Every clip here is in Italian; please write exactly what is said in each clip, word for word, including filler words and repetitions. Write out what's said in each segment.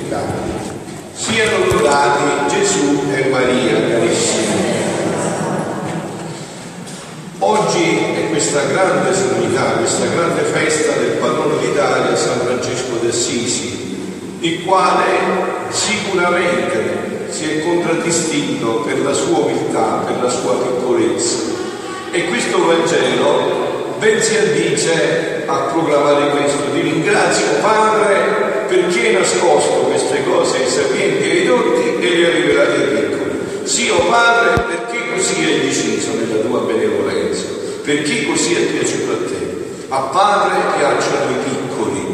giustificati. Siano lodati Gesù e Maria, carissimi. Oggi è questa grande solenità, questa grande festa del patrono d'Italia, San Francesco d'Assisi, il quale sicuramente si è contraddistinto per la sua umiltà, per la sua piccolezza. E questo Vangelo ben si addice a proclamare questo: ti ringrazio Padre perché hai nascosto queste cose ai sapienti e ai dotti e le hai rivelate ai piccoli. Sì, o Padre, perché così hai deciso nella tua benevolenza, perché così è piaciuto a te. A Padre piacciono i piccoli,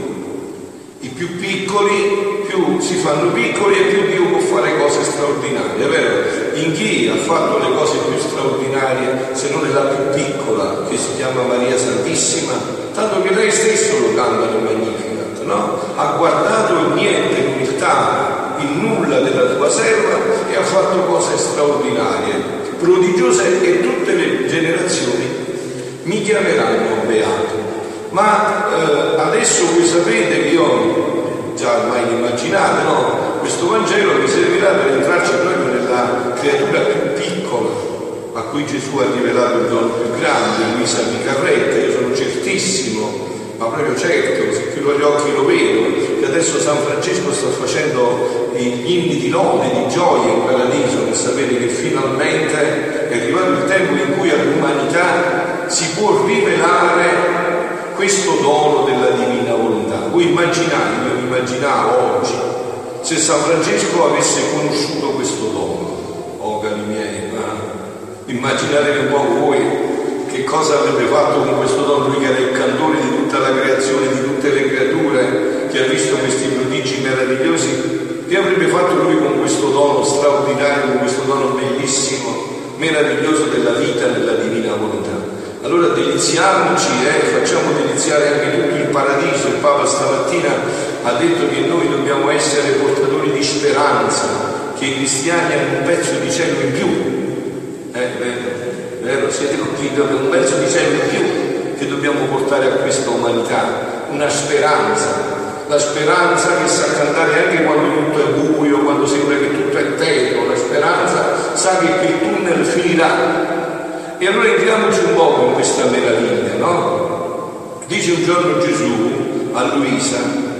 i più piccoli più si fanno piccoli e più Dio può fare cose straordinarie, è vero? In chi ha fatto le cose più straordinarie se non è la più piccola, che si chiama Maria Santissima, tanto che lei stesso lo canta nel Magnificat, no? Ha guardato il niente, l'umiltà, il nulla della tua serva e ha fatto cose straordinarie, prodigiose, e tutte le generazioni mi chiameranno beato. Ma eh, adesso voi sapete che io già ormai immaginate, no? Questo Vangelo mi servirà per entrarci proprio nella creatura più piccola a cui Gesù ha rivelato il dono più grande, Luisa Picarretta. Io sono certissimo, ma proprio certo, se chiudo gli occhi lo vedo, che adesso San Francesco sta facendo gli inni di lode, di gioia in paradiso, per sapere che finalmente è arrivato il tempo in cui all'umanità si può rivelare questo dono della divina volontà. Voi immaginate, io mi immaginavo oggi, se San Francesco avesse conosciuto questo dono, oh cari miei, ma immaginate un po' voi che cosa avrebbe fatto con questo dono, lui che era il cantore di tutta la creazione, di tutte le creature, che ha visto questi prodigi meravigliosi, che avrebbe fatto lui con questo dono straordinario, con questo dono bellissimo, meraviglioso della vita nella divina volontà. Allora deliziamoci, eh, facciamo deliziare anche tutto il paradiso. Il Papa stamattina ha detto che noi dobbiamo essere portatori di speranza, che i cristiani hanno un pezzo di cielo in più. Eh, vero, vero, siete convinti che è un pezzo di cielo in più che dobbiamo portare a questa umanità, una speranza, la speranza che sa cantare anche quando tutto è buio, quando sembra che tutto è tetro, la speranza sa che il tunnel finirà. E allora entriamoci un poco in questa meraviglia, no? Dice un giorno Gesù a Luisa: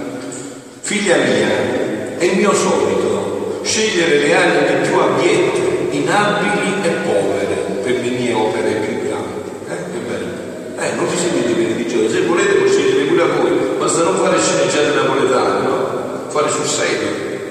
figlia mia, è il mio solito scegliere le anime più abbiette, inabili e povere per le mie opere più grandi. Eh, che bello. Eh, non vi sentite bene di gioia? Se volete lo scegliete pure a voi, basta non fare sceneggiate napoletane, no? Fare sul serio.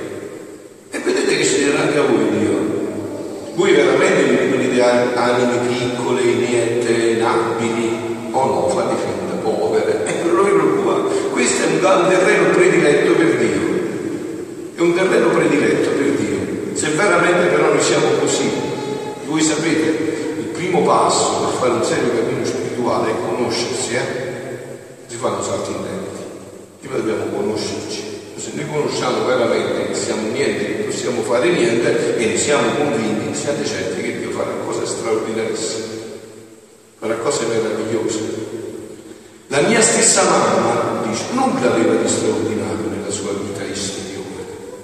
E vedete che sceglierà anche a voi Dio. Voi veramente vi ritenete anime piccole, inerte, inabili? O no, fate finta, povere. Ecco, non vi preoccupate. Questo è un terreno prediletto per Dio. È un terreno prediletto per Dio. Se veramente però noi siamo così, voi sapete, il primo passo per fare un serio cammino spirituale è conoscersi, eh? Si fanno salti in tempo. Prima dobbiamo conoscerci. Se noi conosciamo veramente che siamo niente, che possiamo fare niente e ne siamo convinti, siate certi che Dio farà cose straordinarissime, farà cose meravigliose. La mia stessa mamma, dice, nulla aveva di straordinario nella sua vita esteriore,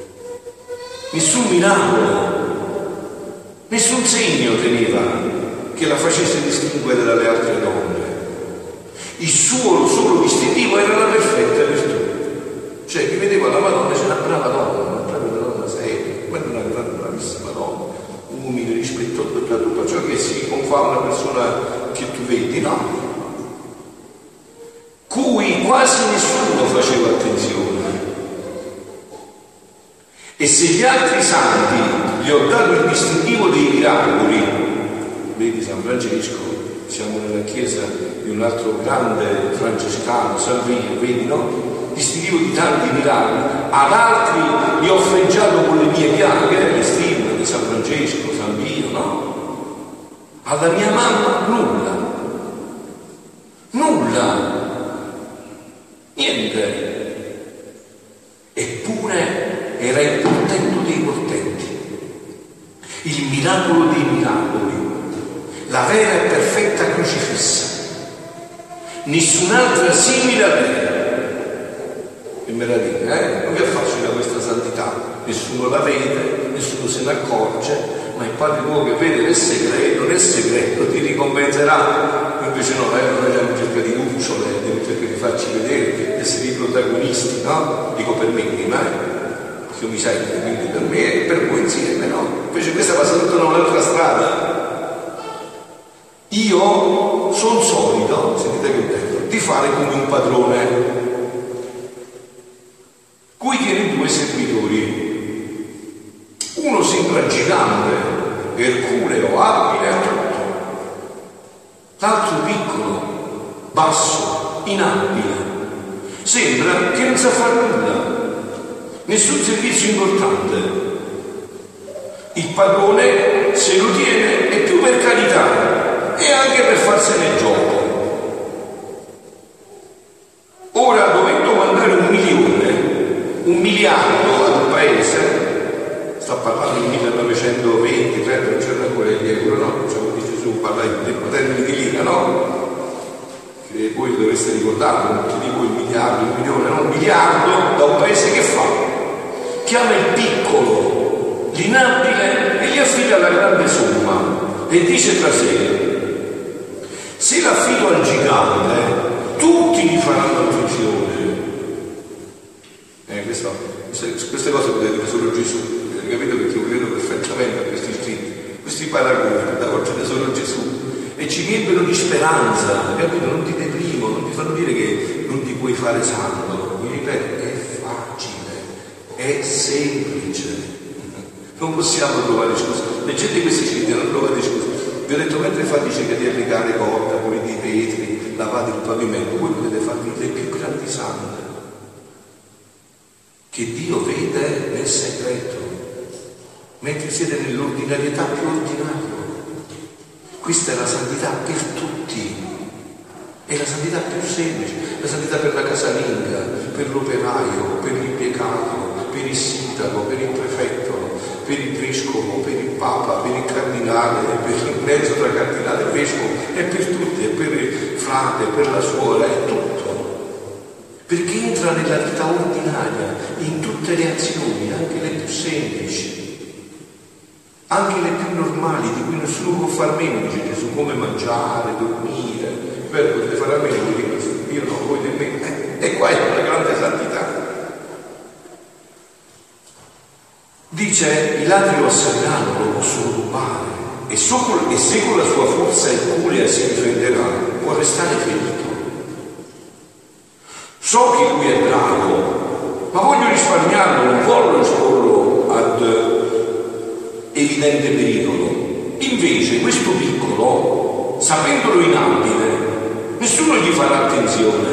nessun miracolo, nessun segno teneva che la facesse distinguere dalle altre donne. Il suo solo distintivo era la perfetta virtù. Cioè, chi vedeva la Madonna, c'è una brava donna, una brava donna seria, ma una bravissima donna, umile, rispettosa da tutto ciò che si confà una persona che tu vedi, no? Cui quasi nessuno faceva attenzione. E se gli altri santi gli ho dato il distintivo dei miracoli, vedi San Francesco, siamo nella chiesa di un altro grande francescano, Salvini, vedi, no? Distintivo di tanti miracoli, ad altri li ho freggiato con le mie piaghe, le stigme di San Francesco, San Pio, no? Alla mia mamma nulla, nulla, niente. Eppure era il portento dei portenti, il miracolo dei miracoli, la vera e perfetta crocifissa, nessun'altra simile a lei. Che meraviglia, eh? Non vi affacci da questa santità, nessuno la vede, nessuno se ne accorge, ma il Padre tuo che vede nel segreto, nel segreto ti ricompenserà. Invece no, eh, noi abbiamo cerca di lucciole, abbiamo cerca di farci vedere, essere i protagonisti, no? Dico per me prima, eh? Io mi sento, quindi per me e per voi insieme, no? Invece questa passa tutta da un'altra strada. Io sono solito, sentite che bello, di fare come un padrone cui tiene due servitori, uno sembra gigante, erculeo, abile a tutto, l'altro piccolo, basso, inabile, sembra che non sa fare nulla, nessun servizio importante. Il padrone se lo tiene è più per carità e anche per farsene gioco. Ora, dovendo mandare un milione, un miliardo ad un paese, sta parlando del millenovecentoventi, trenta, non c'era ancora gli euro, no? Cioè, di Gesù parla in termini di lira, no? Che voi dovreste ricordare, non ti dico il miliardo, il milione, no? Un miliardo da un paese che fa? Chiama il piccolo, l'inabile e gli affida la grande somma e dice tra sé: se l'affido al gigante, tutti gli faranno attenzione. Eh, questo, queste cose potete dire solo Gesù, avete capito? Perché io credo perfettamente a questi scritti, questi paragoni da oggi solo Gesù, e ci riempiono di speranza, capito? Non ti deprimono, non ti fanno dire che non ti puoi fare santo. Mi ripeto, è facile, è semplice, non possiamo trovare scuse. Leggete questi scritti, non trovate scuse. Vi ho detto, mentre fate cerca di applicare corda, pulite i vetri, lavate il pavimento, voi potete farvi le più grandi sante che Dio vede nel segreto, mentre siete nell'ordinarietà più ordinaria. Questa è la santità per tutti, è la santità più semplice, la santità per la casalinga, per l'operaio, per l'impiegato, per il sindaco, per il prefetto, per il vescovo, per il papa, per il cardinale, per il mezzo tra cardinale e vescovo, è per tutti, è per il frate, per la suora, è tutto. Perché entra nella vita ordinaria, in tutte le azioni, anche le più semplici, anche le più normali, di cui nessuno può far meno, dice Gesù, come mangiare, dormire. Beh, potete fare a meno di questo, io no, voi nemmeno. Eh, e qua è una grande santità. Dice, i ladri lo assalteranno, lo possono rubare, e, so, e se con la sua forza erculea si difenderà, può restare ferito. So che lui è bravo, ma voglio risparmiarlo, non voglio esporlo ad evidente pericolo. Invece questo piccolo, sapendolo inabile, nessuno gli farà attenzione,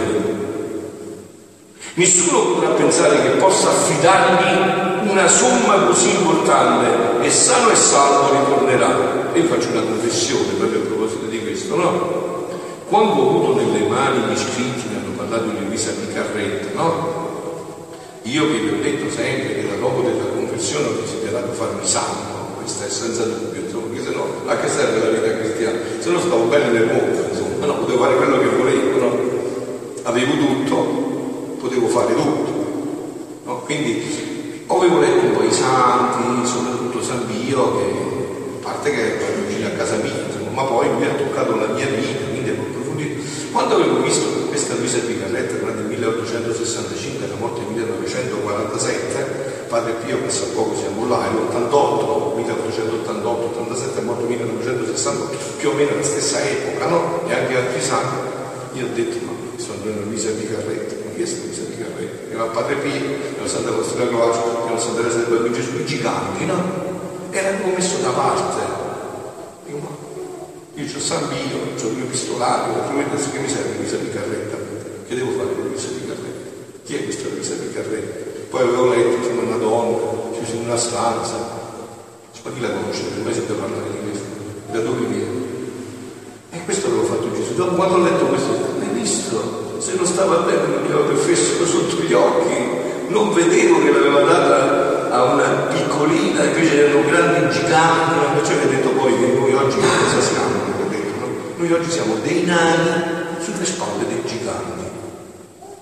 nessuno potrà pensare che possa affidargli una somma così importante e sano e salvo ritornerà. E io faccio una confessione proprio a proposito di questo, no? Quando ho avuto nelle mani gli scritti, mi hanno parlato di Luisa Picarretta, no? Io vi ho detto sempre che da dopo della confessione ho desiderato farmi santo, questa è senza dubbio, insomma, perché se no a che serve la vita cristiana? Se no stavo bene nel mondo, insomma, no, potevo fare quello che volevo, no? Avevo tutto, potevo fare tutto, no? Quindi avevo letto un po' i santi, soprattutto San Pio, che a parte che è vicino a casa mia, insomma, ma poi lui ha toccato la mia vita, quindi ho approfondito. Quando avevo visto questa Luisa Picarretta, quella del milleottocentosessantacinque, la morte del millenovecentoquarantasette, Padre Pio che sa poco siamo là, è l'ottantotto, milleottocentottantotto, ottantasette, è morto millenovecentosessantotto, più o meno la stessa epoca, no? E anche altri santi. Io ho detto, ma sono Luisa Picarretta, ma chi è questa Luisa Picarretta? Era il Padre Pio, era Santa Faustina Croce, era Santa Teresa del Bambino Gesù, i giganti, no? Erano messo da parte. Dico, ma io ho San Pio, ho il mio epistolario, adesso che mi serve Luisa Picarretta? Che devo fare con Luisa Picarretta? Chi è questa Luisa Picarretta? Poi avevo letto, insomma, una donna, chiusa in una stanza. Ma chi la conosce? Per me sento parlare di questo. Da dove viene? E questo avevo fatto Gesù. Dopo, quando ho letto questo, l'hai visto? Se non stava bene, non mi aveva fesso sotto gli occhi. Non vedevo che l'aveva data a una piccolina, invece erano grandi giganti. Invece avete detto poi che noi oggi che cosa siamo? Detto, no? Noi oggi siamo dei nani sulle spalle dei giganti. No?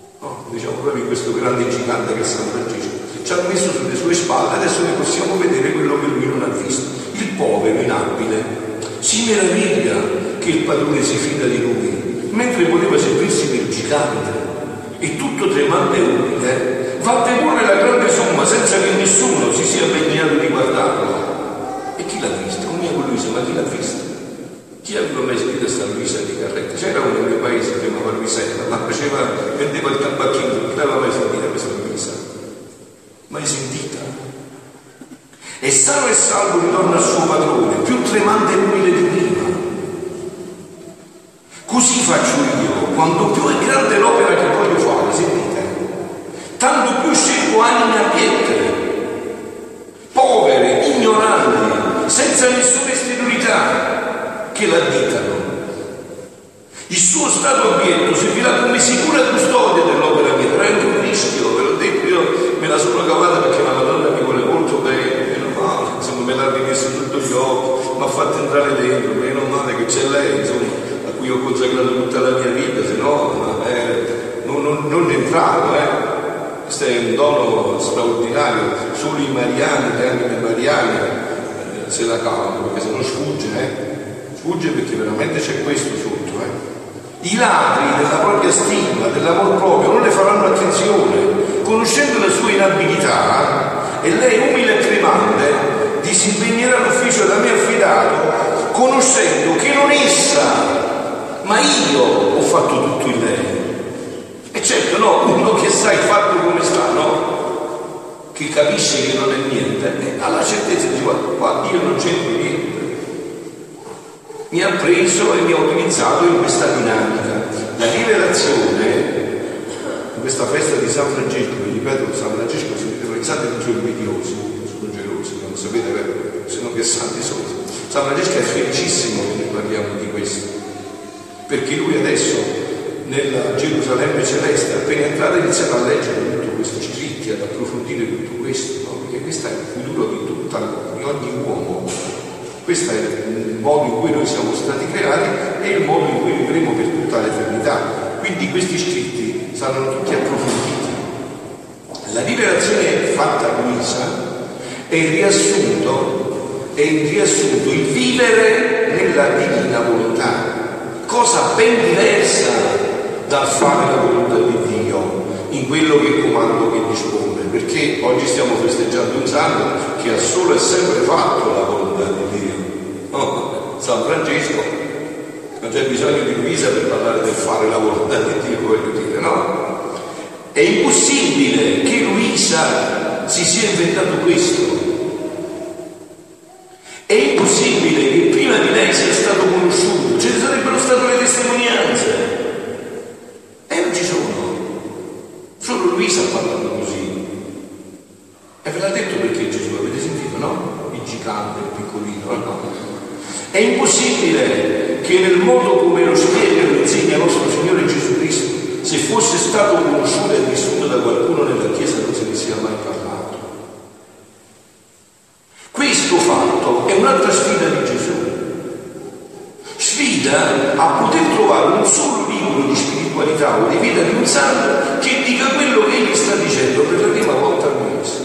diciamo proprio in questo grande gigante che è San Francesco, ci ha messo sulle sue spalle, adesso ne possiamo vedere quello che lui non ha visto. Il povero inabile si meraviglia che il padrone si fida di lui, mentre voleva servirsi del gigante, e tutto tremante e umile va a deporre la grande somma senza che nessuno si sia impegnato di guardarlo. E chi l'ha visto? Non è con Luisa, ma chi l'ha visto? Chi aveva mai scritto a San Luisa di Carretta? C'era uno nel mio paese che si chiamava Luisella, ma faceva, vendeva il tabacchino, chi l'aveva mai sentita questa Luisa? Mai sentita? E sano e salvo ritorna al suo padrone, più tremante e umile di prima. Così faccio io, quando più è grande l'opera che voglio fare, sentite, tanto più scelgo anime abiette, povere, ignoranti, senza nessuna esteriorità, che l'additano. Il suo stato abietto servirà come sicura custodia dell'opera mia, però è anche un rischio, ve l'ho detto, io me la sono cavata perché la Madonna mi vuole molto bene, meno male, insomma me l'ha rimesso sotto gli occhi, mi ha fatto entrare dentro, meno male che c'è lei, insomma, a cui ho consacrato tutta la mia vita, se no eh, non, non, non entravo, eh. Questo è un dono straordinario, solo i mariani, le anime mariane eh, se la cavano, perché se no sfugge, eh. Sfugge perché veramente c'è questo sotto, eh. I ladri della propria stima, dell'amor proprio, non le faranno attenzione, conoscendo la sua inabilità, e lei umile e tremante disimpegnerà l'ufficio da me affidato, conoscendo che non essa, ma io ho fatto tutto in lei. E certo, no, uno che sa il fatto come sta, no? Che capisce che non è niente, eh, ha la certezza di guarda, qua io non c'entro niente. Mi ha preso e mi ha utilizzato in questa dinamica. La rivelazione, in questa festa di San Francesco, vi ripeto, San Francesco si pensate non sono invidiosi, non sono gelosi, non sapete, vero? Se no che santi sono. San Francesco è felicissimo che noi parliamo di questo, perché lui adesso nella Gerusalemme celeste, appena entrato, ha iniziato a leggere tutto questo scritti, ad approfondire tutto questo, no? Perché questo è il futuro di, tutta, di ogni uomo. Questo è il modo in cui noi siamo stati creati e il modo in cui vivremo per tutta l'eternità. Quindi questi scritti saranno tutti approfonditi. La rivelazione fatta a Luisa è il riassunto, è il riassunto, il vivere nella divina volontà, cosa ben diversa dal fare la volontà di Dio in quello che comando, che dispone, perché oggi stiamo festeggiando un santo che ha solo e sempre fatto la volontà di Dio. No, San Francesco non c'è bisogno di Luisa per parlare del fare la volontà di Dio, voglio dire, no? È impossibile che Luisa si sia inventato questo. È impossibile che prima di lei sia stato conosciuto, ce ne sarebbero state le testimonianze. E non ci sono. Solo Luisa ha parlato così. E ve l'ha detto perché Gesù, avete sentito, no? Il gigante, il piccolino, no? È impossibile che nel modo come lo spiega e lo insegna nostro Signore Gesù Cristo, se fosse stato conosciuto e vissuto da qualcuno nella Chiesa, non se ne sia mai parlato. Questo fatto è un'altra sfida di Gesù. Sfida a poter trovare un solo libro di spiritualità o di vita di un santo che dica quello che egli sta dicendo per la prima volta al mese.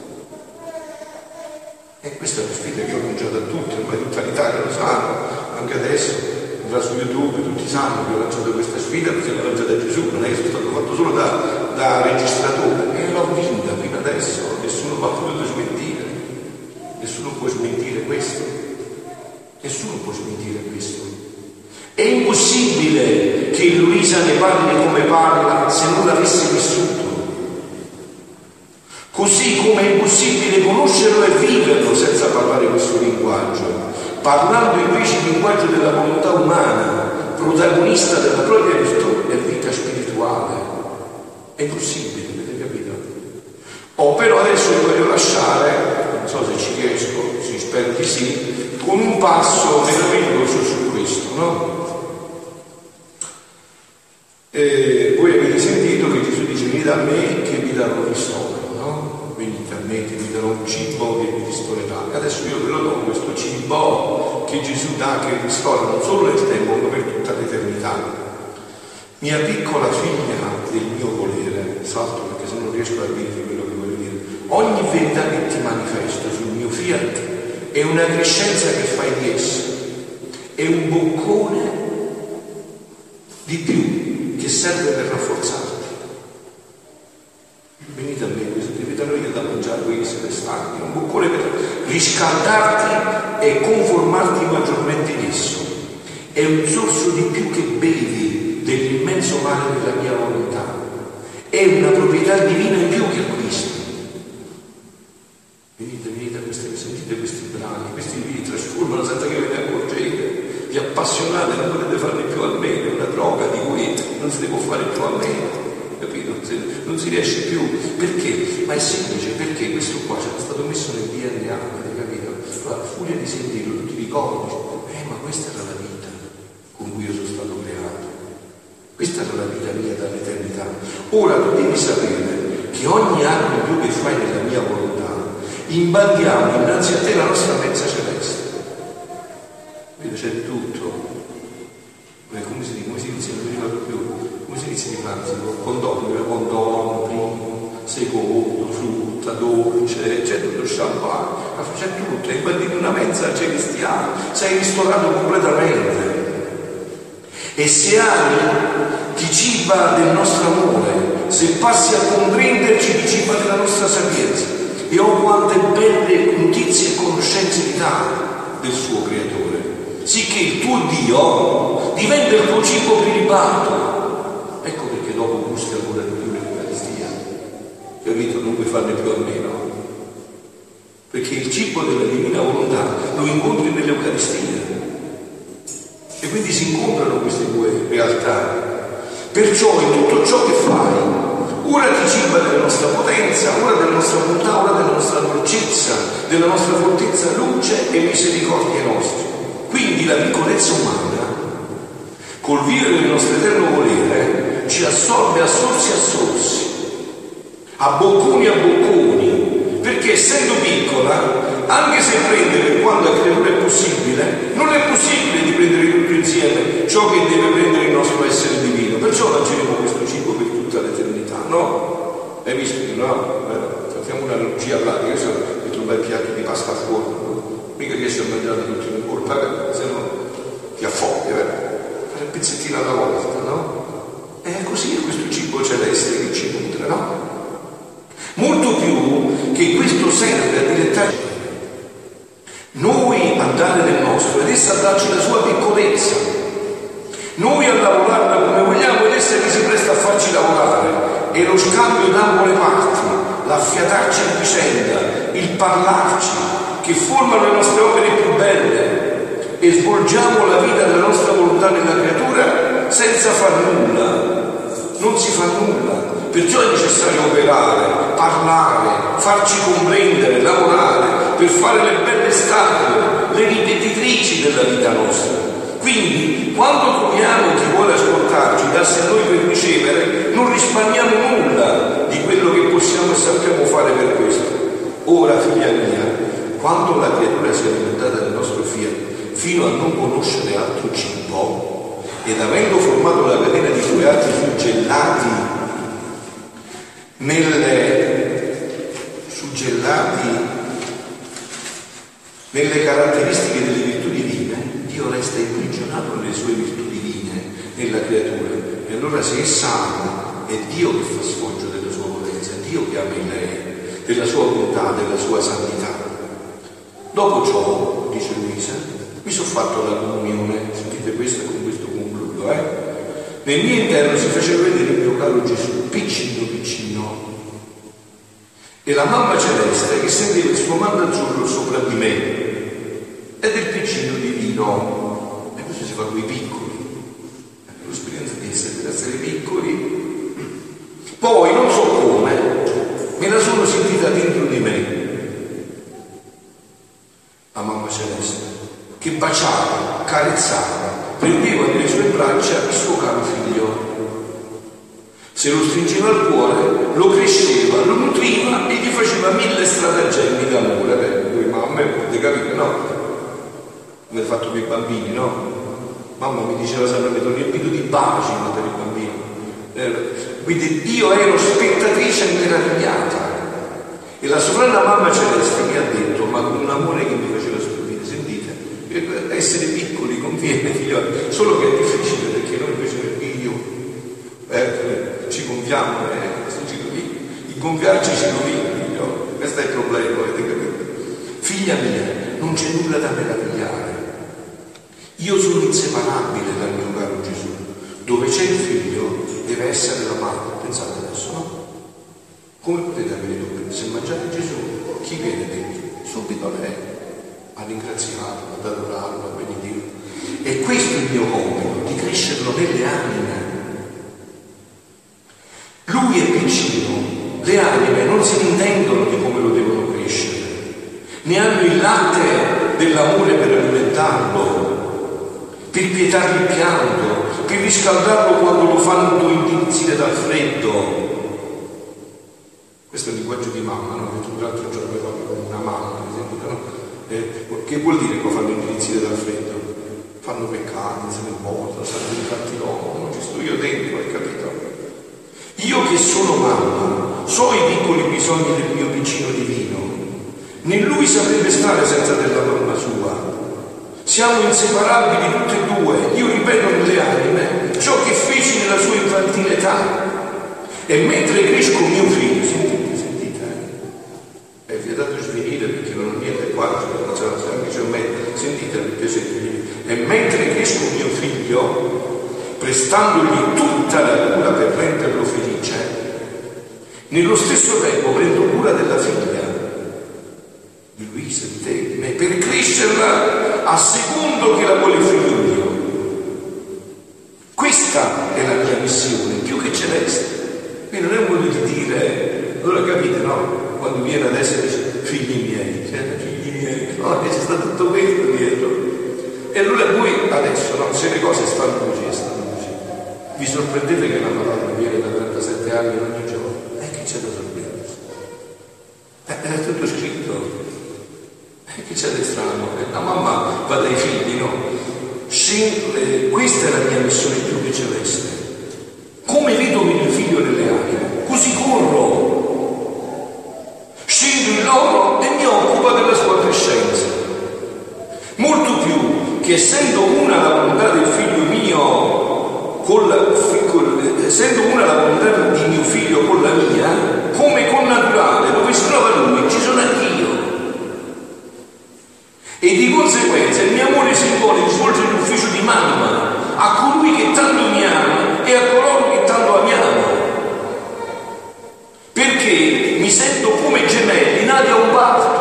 E questa è una sfida che ho lanciato a tutti, ormai tutta l'Italia lo sanno, anche adesso andrà su YouTube, tutti sanno che ho lanciato questa sfida perché l'ho lanciata a Gesù, non è che sono stato fatto solo da, da registratore, e l'ho vinta fino adesso, nessuno mi ha potuto smentire, nessuno può smentire questo, nessuno può smentire questo. È impossibile che Luisa ne parli come parla se non l'avesse vissuto. Così come è impossibile conoscerlo e viverlo senza parlare questo linguaggio, parlando invece il linguaggio della volontà umana, protagonista della propria virtù e vita spirituale. È impossibile, avete capito? Oh, però adesso vi voglio lasciare, non so se ci riesco, si spera di sì, con un passo meraviglioso su questo, no? E voi avete sentito che Gesù dice: venite a me che vi darò ristoro, no? Venite a me che vi darò un cibo che vi ristorerà. E adesso io ve lo do questo cibo che Gesù dà, che ristora non solo nel tempo ma per tutta l'eternità. Mia piccola figlia del mio volere, riesco a dirvi quello che voglio dire. Ogni verità che ti manifesto sul mio fiat è una crescenza che fai di esso, è un boccone di più che serve per rafforzarti. Venite a me, questo venite a noi che da mangiare, voi che siete stanchi, un boccone per riscaldarti e conformarti maggiormente in esso. È un sorso di più che bevi dell'immenso mare della mia volontà. È una proprietà divina in più che acquisti. Venite, venite a queste, sentite questi brani, questi vi trasformano senza che ve ne accorgete, vi appassionate, non potete farne più a meno, è una droga di cui non si può fare più a meno, capito? Non si riesce più. Perché? Ma è semplice, perché questo qua c'è stato messo nel D N A, avete capito? La furia di sentirlo, tu ti ricordi, eh ma questa era la vita con cui io sono stato creato. Questa era la vita mia dall'eternità. Ora tu devi sapere che ogni atto in più che fai nella mia volontà imbandiamo innanzi a te la nostra mezza celeste. Vedi, c'è di tutto. Come si, come si inizia? Non mi ricordo più. Come si inizia di pranzo? Contorno, contorno, primo, secondo, frutta, dolce, c'è tutto il champagne, c'è tutto, hai bandito una mezza celestiale, sei ristorato completamente. E se ami, ti ciba del nostro amore, se passi a comprenderci, ti ciba della nostra sapienza. E ho quante belle notizie e conoscenze ti dà del suo creatore, sicché il tuo Dio diventa il tuo cibo prelibato. Ecco perché dopo gusti ancora di più l'Eucaristia, capito? Non puoi farne più a meno, perché il cibo della divina volontà lo incontri nell'Eucaristia. E quindi si incontrano queste due realtà. Perciò in tutto ciò che fai, ora ti ciba della nostra potenza, ora della nostra bontà, ora della nostra dolcezza, della nostra fortezza, luce e misericordia nostra. Quindi la piccolezza umana, col vivere del nostro eterno volere, ci assorbe a sorsi a sorsi, a bocconi a bocconi, perché essendo piccola, anche se prendere per quanto a creatura è possibile, non è possibile di prendere tutto insieme ciò che deve prendere il nostro essere divino. Perciò mangeremo questo cibo per tutta l'eternità, no? Hai visto? No? Eh, facciamo un'analogia pratica, io sono metto un bel piatto di pasta a forno, no? Mica riesci a mangiare tutto in colpa, se no ti affoghi, vero? Fare un pezzettino alla volta, no? È così questo cibo celeste che ci nutre, no? Molto più che questo serve a dilettare noi a dare del nostro ed essa a darci la sua piccolezza, noi a lavorarla come vogliamo ed essa che si presta a farci lavorare, e lo scambio da ambo le parti, l'affiatarci a vicenda, il parlarci, che formano le nostre opere più belle, e svolgiamo la vita della nostra volontà nella creatura senza far nulla. Non si fa nulla. Perciò è necessario operare, parlare, farci comprendere, lavorare per fare le belle statue, le ripetitrici della vita nostra. Quindi, quando troviamo chi vuole ascoltarci, darsi a noi per ricevere, non risparmiamo nulla di quello che possiamo e sappiamo fare per questo. Ora, figlia mia, quando la creatura si è alimentata del nostro fiat, fino a non conoscere altro cibo, ed avendo formato la catena di suoi atti suggellati nelle suggellati nelle caratteristiche delle virtù divine, Dio resta imprigionato nelle sue virtù divine nella creatura. E allora se essa ama, è Dio che fa sfoggio della sua potenza, è Dio che ama in lei, della sua bontà, della sua santità. Dopo ciò, dice Luisa, mi sono fatto la comunione, sentite questo, con questo concludo, eh? Nel mio interno si faceva vedere il mio caro Gesù, piccino piccino, e la mamma celeste che senteva il suo manto azzurro sopra di me, ed il piccino divino. E questo si fa con i piccoli, l'esperienza di essere, di essere piccoli. Poi, non so come, me la sono sentita dentro di me, la mamma celeste, che baciava, carezzava, prendeva nelle sue braccia il suo caro figlio, se lo stringeva al cuore, lo cresceva, lo nutriva e gli faceva mille stratagemmi d'amore. Beh, voi mamme potete capire, no? Come ha fatto per i bambini, no? Mamma mi diceva sempre, mi torni riempito di baci quando eri bambino, Quindi io ero spettatrice meravigliata e la sovrana mamma celeste mi ha detto, ma con un amore che mi faceva stupire, sentite, essere piccoli conviene, figlio, solo che è difficile perché noi invece per figlio eh, ci gonfiamo, eh, il gonfiarci ci rovina, figlio, questo è il problema, avete capito? Figlia mia, non c'è nulla da meravigliare, io sono inseparabile dal mio caro Gesù. Dove c'è il figlio deve essere la madre, pensate adesso, no? Come potete avere dubbi? Se mangiate Gesù, chi viene dentro? Subito lei, a ringraziarlo, ad adorarlo, a benedirlo. E questo è il mio compito, di crescerlo nelle anime. Lui è piccino, le anime non si intendono di come lo devono crescere, ne hanno il latte dell'amore per alimentarlo, per pietargli il pianto, per riscaldarlo quando lo fanno indirizzare dal freddo. Questo è il linguaggio di mamma, no? Che tu l'altro giorno parli con una mamma, per esempio, no? Eh, che vuol dire che lo fanno indirizzare dal freddo? Fanno peccati, se ne muovono, stanno infatti l'uomo, non ci sto io dentro, hai capito? Io che sono mamma, so i piccoli bisogni del mio piccino divino, né lui saprebbe stare senza della mamma sua. Siamo inseparabili tutte e due, io ripeto nelle anime ciò che feci nella sua infantile età. E mentre cresco mio figlio, sentite, sentite, eh? E vi ho dato svenire perché non ho niente qua, non c'è anche me, sentite per piacere. E mentre cresco mio figlio, prestandogli tutta la cura per renderlo felice, nello stesso tempo prendo cura della figlia, di Luisa, di te, di me, per crescerla a secondo che la vuole il figlio mio. Questa è la mia missione, più che celeste. Qui non è un modo di dire, allora capite, no? Quando viene adesso dice figli miei, cioè, figli miei, no, c'è stato tutto questo dietro. E allora voi adesso, no, se le cose stanno così, stanno così, vi sorprendete che la Madonna viene da trentasette anni ogni giorno? E eh, che c'è da sorprendersi? Eh, è tutto scritto. E eh, che c'è di strano? Eh, la mamma va dai figli, no? Se, questa è la mia missione più che celeste. Come vedo mio figlio nelle anime, così corro, scendo in loro e mi occupo della sua crescenza. Molto più che essendo una la volontà del figlio mio, con la, con, essendo una la volontà di mio figlio con la mia, come con naturale, dove si trova lui, ci sono anch'io. E di conseguenza il mio amore si vuole svolgere l'ufficio di mamma a colui che tanto mi ama e a coloro che tanto amiamo, perché mi sento come gemelli nati a un parto.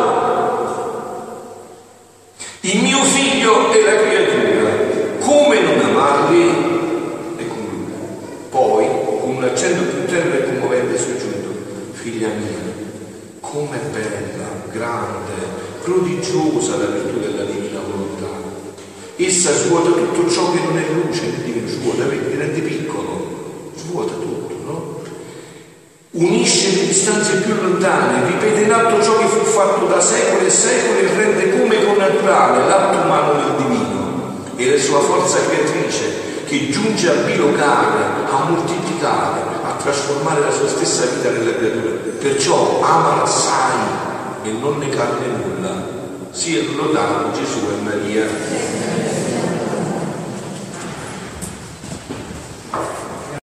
Il mio figlio è la creatura, come non amarli? E conclude. Poi, con un accento più tenero e commovente, soggiunto: figlia mia, com'è bella, grande, prodigiosa la virtù della divina volontà. Essa svuota tutto ciò che non è luce, divino, svuota, ti rende piccolo, svuota tutto, no? Unisce le distanze più lontane, ripete in atto ciò che fu fatto da secoli e secoli e rende come connaturale l'atto umano del divino e la sua forza creatrice che giunge a bilocare, a moltiplicare, a trasformare la sua stessa vita nella creatura. Perciò amala assai e non ne carne nulla. Sia lodato Gesù e Maria.